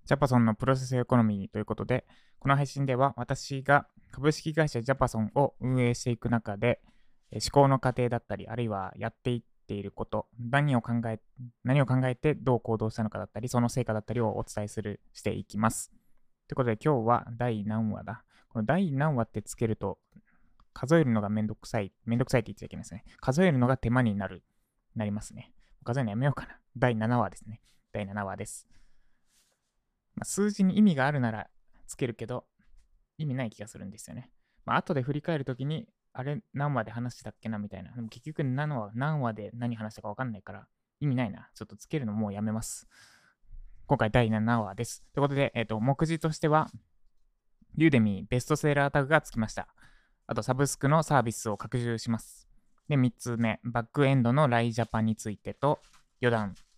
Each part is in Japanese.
ジャパソンのプロセスエコノミーということで、この配信では私が株式会社ジャパソンを運営していく中で、思考の過程だったり、あるいはやっていっていること、何を考えてどう行動したのかだったり、その成果だったりをお伝えしていきます。ということで今日は第何話だ。この第何話ってつけると、数えるのがめんどくさいって言っちゃいけないですね。数えるのが手間になりますね。数えるのやめようかな。第7話ですね。第7話です。数字に意味があるならつけるけど、意味ない気がするんですよね。後で振り返るときに、あれ何話で話してたっけなみたいな。でも結局何話で何話したか分かんないから、意味ないな。ちょっとつけるのもうやめます。今回第7話です。ということで、目次としては、ユーデミーベストセラータグがつきました。あと、サブスクのサービスを拡充します。で、3つ目、バックエンドのライジャパンについてと、余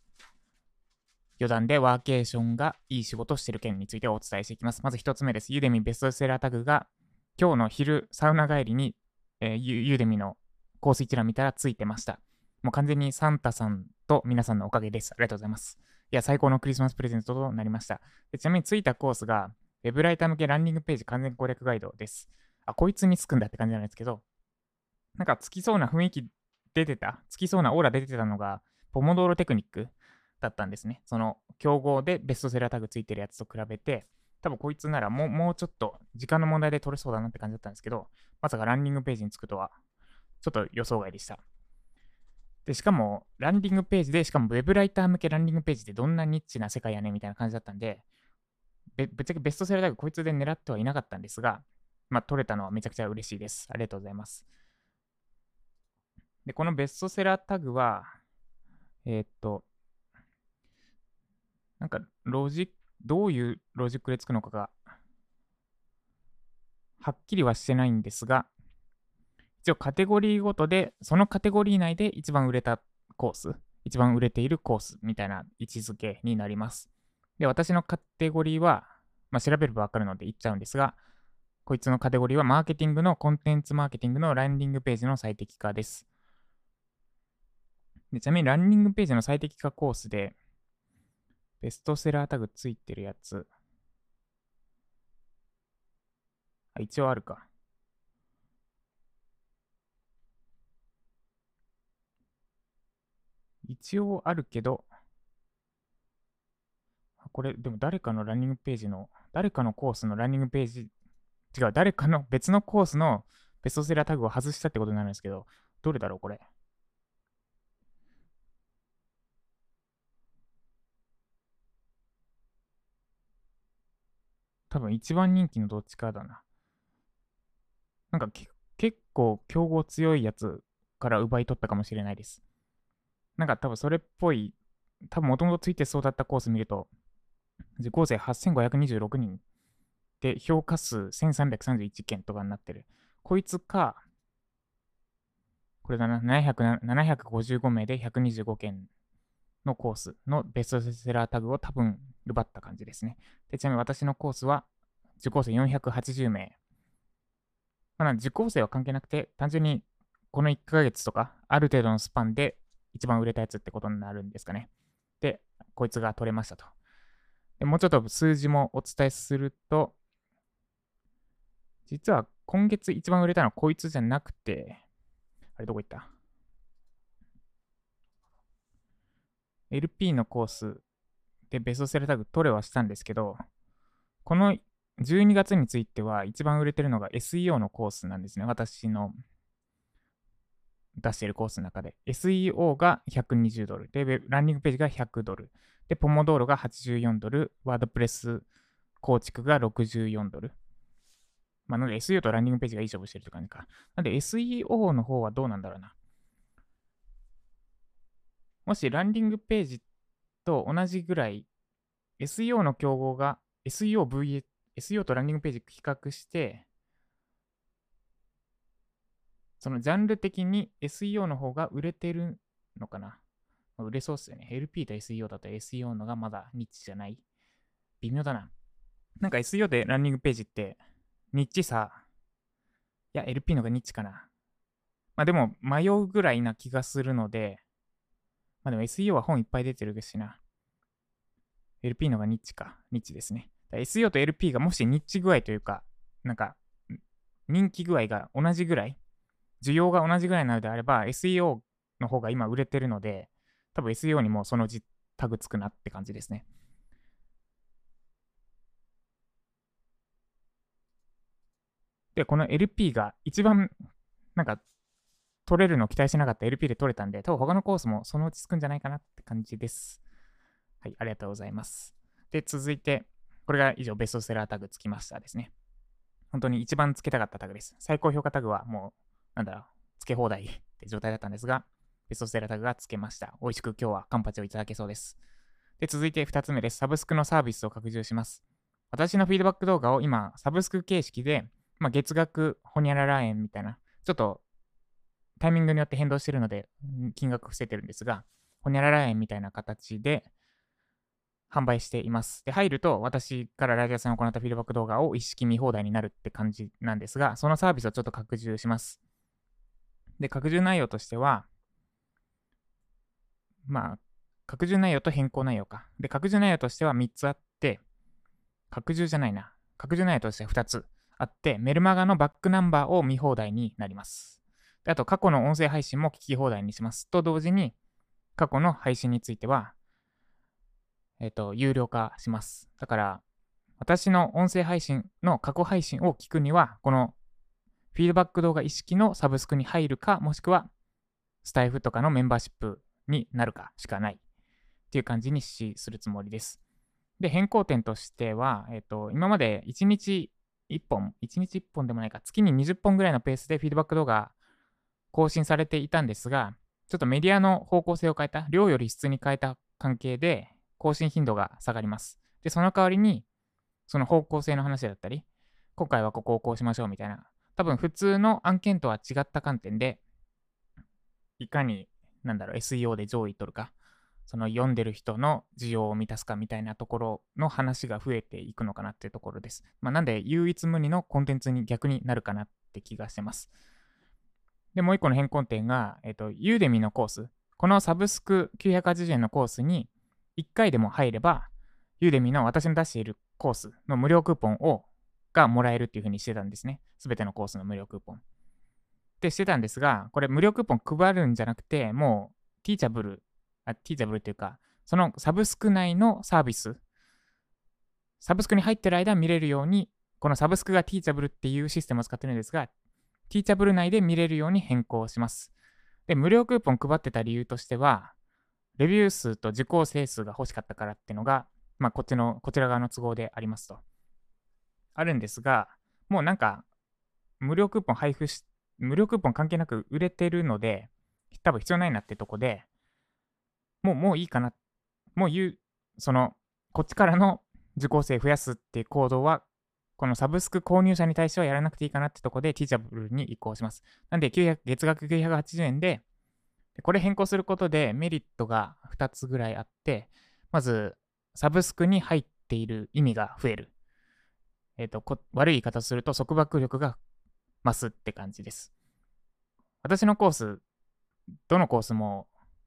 談でワーケーションがいい仕事をしている件についてお伝えしていきます。まず1つ目です。ユーデミベストセラータグが今日の昼サウナ帰りに、ユーデミのコース一覧見たらついてました。もう完全にサンタさんと皆さんのおかげです。ありがとうございます。いや、最高のクリスマスプレゼントとなりました。ちなみについたコースが、ウェブライター向けランニングページ完全攻略ガイドです。こいつにつくんだって感じなんですけど、なんかつきそうな雰囲気つきそうなオーラ出てたのが、ポモドーロテクニックだったんですね。その競合でベストセラータグついてるやつと比べて、多分こいつならもうちょっと時間の問題で取れそうだなって感じだったんですけど、まさかランニングページにつくとは、ちょっと予想外でした。で、しかも、ランディングページで、しかもウェブライター向けランディングページってどんなニッチな世界やねみたいな感じだったんで、ぶっちゃけベストセラータグこいつで狙ってはいなかったんですが、取れたのはめちゃくちゃ嬉しいです。ありがとうございます。で、このベストセラータグは、えーっと、なんかどういうロジックでつくのかが、はっきりはしてないんですが、一応カテゴリーごとで、そのカテゴリー内で一番売れたコース、一番売れているコースみたいな位置づけになります。で、私のカテゴリーは、調べればわかるので言っちゃうんですが、こいつのカテゴリーはマーケティングのコンテンツマーケティングのランディングページの最適化です。でちなみにランディングページの最適化コースで、ベストセラータグついてるやつ、一応あるか。一応あるけど、これ、でも誰かのランニングページの、誰かのコースのランニングページ、違う、誰かの別のコースのベストセラータグを外したってことになるんですけど、どれだろう、これ。多分一番人気のどっちかだな。なんか結構競合強いやつから奪い取ったかもしれないです。なんか多分それっぽい、多分もともとついてそうだったコース見ると、受講生8526人で評価数1331件とかになってる。こいつか、これだな、755名で125件のコースのベストセラータグを多分奪った感じですね。でちなみに私のコースは受講生480名。受講生は関係なくて、単純にこの1ヶ月とか、ある程度のスパンで一番売れたやつってことになるんですかね。で、こいつが取れましたと。でもうちょっと数字もお伝えすると、実は今月一番売れたのはこいつじゃなくて、あれどこ行った？ LP のコースでベストセラータグ取れはしたんですけど、この12月については一番売れてるのが SEO のコースなんですね。私の出しているコースの中で。SEO が120ドル。で、ランディングページが100ドル。で、ポモドーロが84ドル。ワードプレス構築が64ドル。なので SEO とランディングページがいい勝負してるって感じか。なんで SEO の方はどうなんだろうな。もしランディングページと同じぐらい SEO の競合が SEO とランディングページ比較して、そのジャンル的に SEO の方が売れてるのかな。売れそうっすよね。LP と SEO だと SEO のがまだニッチじゃない。微妙だな。なんか SEO でランニングページってニッチさ、いや LP のがニッチかな。でも迷うぐらいな気がするので、でも SEO は本いっぱい出てるしな。 LP のがニッチか。ニッチですね。SEO と LP がもしニッチ具合というか、なんか、人気具合が同じぐらい、需要が同じぐらいなのであれば、SEO の方が今売れてるので、多分 SEO にもそのタグつくなって感じですね。で、この LP が一番、なんか、取れるのを期待しなかった LP で取れたんで、多分他のコースもそのうちつくんじゃないかなって感じです。はい、ありがとうございます。で、続いて、これが以上ベストセラータグつきましたですね。本当に一番つけたかったタグです。最高評価タグはもう、なんだろう、つけ放題って状態だったんですが、ベストセラータグがつけました。美味しく今日はカンパチをいただけそうです。で、続いて2つ目です。サブスクのサービスを拡充します。私のフィードバック動画を今、サブスク形式で、月額ホニャララ円みたいな、ちょっとタイミングによって変動しているので、金額伏せてるんですが、ホニャララ円みたいな形で販売しています。で、入ると、私からラジオさんを行ったフィードバック動画を一式見放題になるって感じなんですが、そのサービスをちょっと拡充します。で、拡充内容としては、拡充内容と変更内容か。で、拡充内容としては3つあって、拡充じゃないな。拡充内容としては2つあって、メルマガのバックナンバーを見放題になります。で、あと、過去の音声配信も聞き放題にします。と同時に、過去の配信については、有料化します。だから、私の音声配信の過去配信を聞くには、このフィードバック動画意識のサブスクに入るか、もしくは、スタイフとかのメンバーシップになるかしかないっていう感じにするつもりです。で、変更点としては、今まで1日1本、1日1本でもないか、月に20本ぐらいのペースでフィードバック動画更新されていたんですが、ちょっとメディアの方向性を変えた、量より質に変えた関係で、更新頻度が下がります。で、その代わりに、その方向性の話だったり、今回はここをこうしましょうみたいな、多分普通の案件とは違った観点で、いかに、SEO で上位取るか、その読んでる人の需要を満たすかみたいなところの話が増えていくのかなっていうところです。なんで、唯一無二のコンテンツに逆になるかなって気がしてます。で、もう一個の変更点が、ユーデミのコース。このサブスク980円のコースに1回でも入れば、ユーデミの私の出しているコースの無料クーポンがもらえるっていう風にしてたんですね。すべてのコースの無料クーポン。ってしてたんですが、これ無料クーポン配るんじゃなくて、もうティーチャブルっていうか、そのサブスク内のサービス、サブスクに入ってる間見れるように、このサブスクがティーチャブルっていうシステムを使ってるんですが、ティーチャブル内で見れるように変更します。で、無料クーポン配ってた理由としては、レビュー数と受講生数が欲しかったからっていうのが、こちら側の都合でありますと。あるんですが、もう無料クーポン無料クーポン関係なく売れてるので、多分必要ないなってとこで、もういいかな。もうこっちからの受講生増やすっていう行動は、このサブスク購入者に対してはやらなくていいかなってとこで、ティーチャブルに移行します。なんで、月額980円で、これ変更することでメリットが2つぐらいあって、まず、サブスクに入っている意味が増える。悪い言い方をすると、束縛力が増すって感じです。私のコース、どのコースも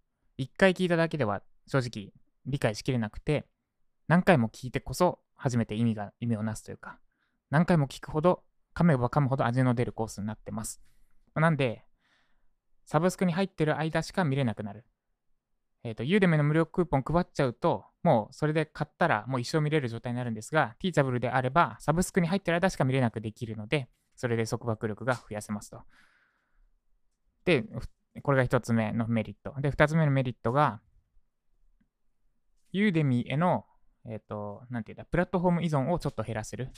1回聞いただけでは正直理解しきれなくて、何回も聞いてこそ初めて意味をなすというか、何回も聞くほど、噛めば噛むほど味の出るコースになってます。なんで、サブスクに入ってる間しか見れなくなる。ユーデミの無料クーポン配っちゃうと、もうそれで買ったらもう一生見れる状態になるんですが、ティーチャブルであれば、サブスクに入ってる間しか見れなくできるので、それで束縛力が増やせますと。で、これが一つ目のメリット。で、二つ目のメリットが、ユーデミへの、プラットフォーム依存をちょっと減らせる。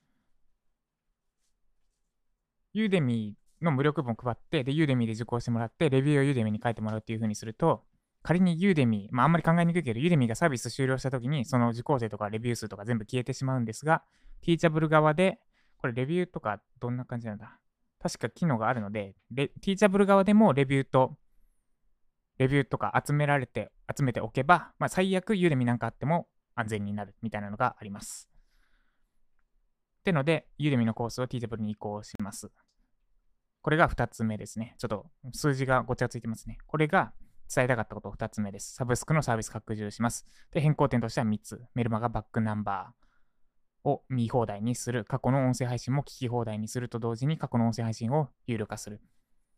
ユーデミの無料クーポン配って、で、ユーデミで受講してもらって、レビューをユーデミに書いてもらうっていう風にすると、仮にユーデミ、あんまり考えにくいけど、ユーデミがサービス終了したときに、その受講生とかレビュー数とか全部消えてしまうんですが、ティーチャブル側で、これレビューとかどんな感じなんだ確か機能があるので、ティーチャブル側でもレビューとか集めておけば、最悪ユーデミなんかあっても安全になるみたいなのがあります。ってので、ユーデミのコースをティーチャブルに移行します。これが2つ目ですね。ちょっと数字がごちゃついてますね。これが伝えたかったこと2つ目です。サブスクのサービス拡充します。で、変更点としては3つ。メルマガバックナンバーを見放題にする。過去の音声配信も聞き放題にすると同時に過去の音声配信を有料化する。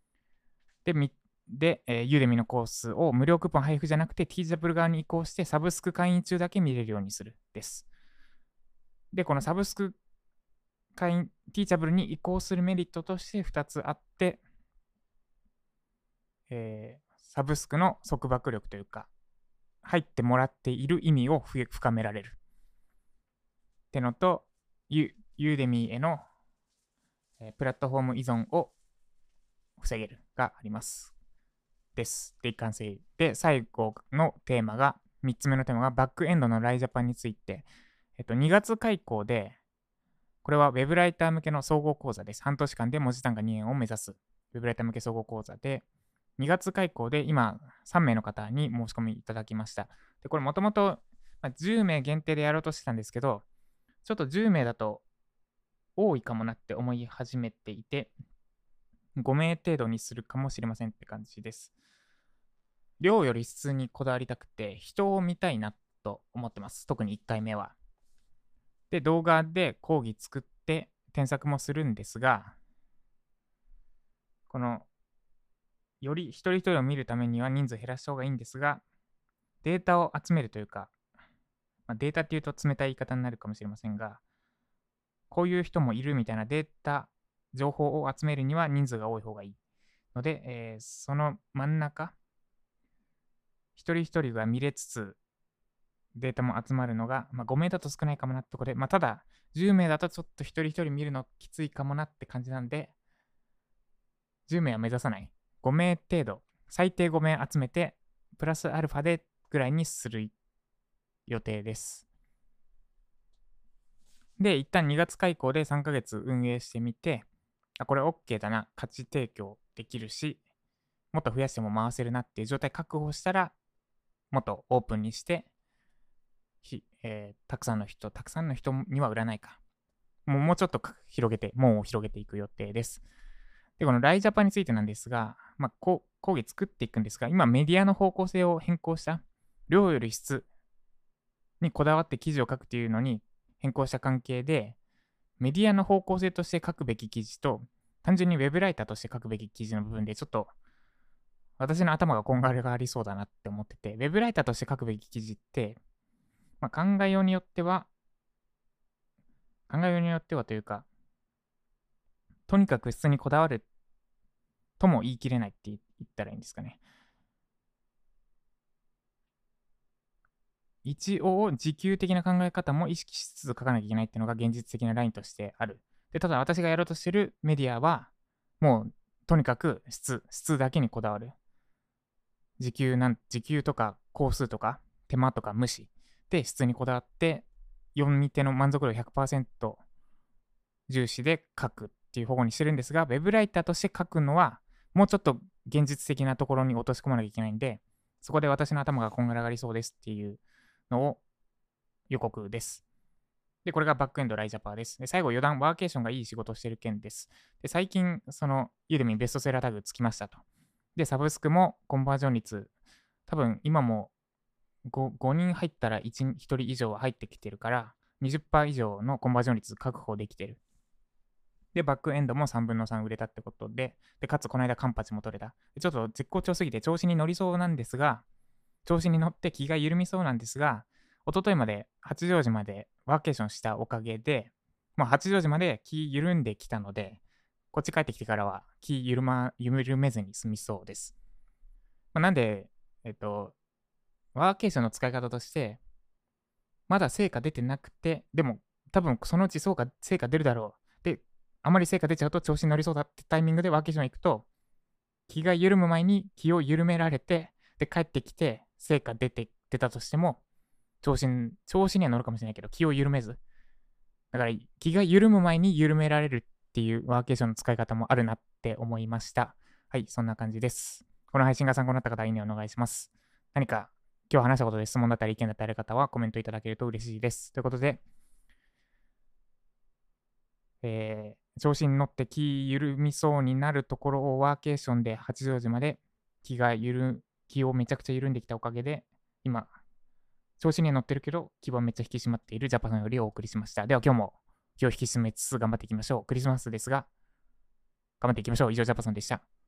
で、ユーデミのコースを無料クーポン配布じゃなくて Teachable 側に移行してサブスク会員中だけ見れるようにするです。で、このサブスク会員、Teachable に移行するメリットとして2つあって、サブスクの束縛力というか、入ってもらっている意味を深められる。ってのと、ユーデミへの、プラットフォーム依存を防げるがあります。です。で、完成。で、最後のテーマが、3つ目のテーマがバックエンドのライジャパンについて、2月開講で、これは Web ライター向けの総合講座です。半年間で文字単価2円を目指す Web ライター向け総合講座で、2月開講で今3名の方に申し込みいただきました。で、これもともと10名限定でやろうとしてたんですけど、ちょっと10名だと多いかもなって思い始めていて、5名程度にするかもしれませんって感じです。量より質にこだわりたくて、人を見たいなと思ってます。特に1回目は。で、動画で講義作って添削もするんですが、この、より一人一人を見るためには人数減らした方がいいんですが、データを集めるというか、データっていうと冷たい言い方になるかもしれませんが、こういう人もいるみたいなデータ、情報を集めるには人数が多い方がいいので、その真ん中、一人一人が見れつつ、データも集まるのが、5名だと少ないかもなってところで、ただ、10名だとちょっと一人一人見るのきついかもなって感じなんで、10名は目指さない。5名程度、最低5名集めて、プラスアルファでぐらいにする予定です。で、一旦2月開講で3ヶ月運営してみて、これ OK だな、価値提供できるし、もっと増やしても回せるなっていう状態確保したら、もっとオープンにして、たくさんの人には売らないか。もうちょっと広げて、門を広げていく予定です。で、このライジャパンについてなんですが、講義作っていくんですが、今メディアの方向性を変更した、量より質にこだわって記事を書くというのに変更した関係で、メディアの方向性として書くべき記事と、単純にウェブライターとして書くべき記事の部分で、ちょっと私の頭がこんがらがりそうだなって思ってて、ウェブライターとして書くべき記事って、考えようによってはというか、とにかく質にこだわるとも言い切れないって言ったらいいんですかね。一応、時給的な考え方も意識しつつ書かなきゃいけないっていうのが現実的なラインとしてある。で、ただ私がやろうとしてるメディアは、もう、とにかく質だけにこだわる。時給とか工数とか手間とか無視で質にこだわって読み手の満足度 100% 重視で書くっていう方法にしてるんですが、ウェブライターとして書くのはもうちょっと現実的なところに落とし込まなきゃいけないんで、そこで私の頭がこんがらがりそうですっていうのを予告です。で、これがバックエンドライジャパーです。で、最後余談、ワーケーションがいい仕事をしてる件です。で、最近、ユーデミベストセラータグつきましたと。で、サブスクもコンバージョン率、多分今も 5人入ったら 1人以上は入ってきてるから、20% 以上のコンバージョン率確保できてる。で、バックエンドも3分の3売れたってことで、かつこの間カンパチも取れた。ちょっと絶好調すぎて調子に乗りそうなんですが、調子に乗って気が緩みそうなんですが、一昨日まで八丈島でワーケーションしたおかげで、八丈島で気緩んできたので、こっち帰ってきてからは気緩めずに済みそうです。なんで、ワーケーションの使い方として、まだ成果出てなくて、でも多分そのうち成果出るだろう。で、あまり成果出ちゃうと調子に乗りそうだってタイミングでワーケーション行くと、気が緩む前に気を緩められて、で、帰ってきて成果出たとしても、調子には乗るかもしれないけど、気を緩めず。だから、気が緩む前に緩められるっていうワーケーションの使い方もあるなって思いました。はい、そんな感じです。この配信が参考になった方は、いいねお願いします。何か今日話したことで質問だったり意見だったりある方はコメントいただけると嬉しいです。ということで、調子に乗って気緩みそうになるところをワーケーションで八丈島で気気をめちゃくちゃ緩んできたおかげで、今、調子には乗ってるけど、気はめっちゃ引き締まっているジャパさんよりお送りしました。では今日も気を引き締めつつ頑張っていきましょう。クリスマスですが、頑張っていきましょう。以上、ジャパさんでした。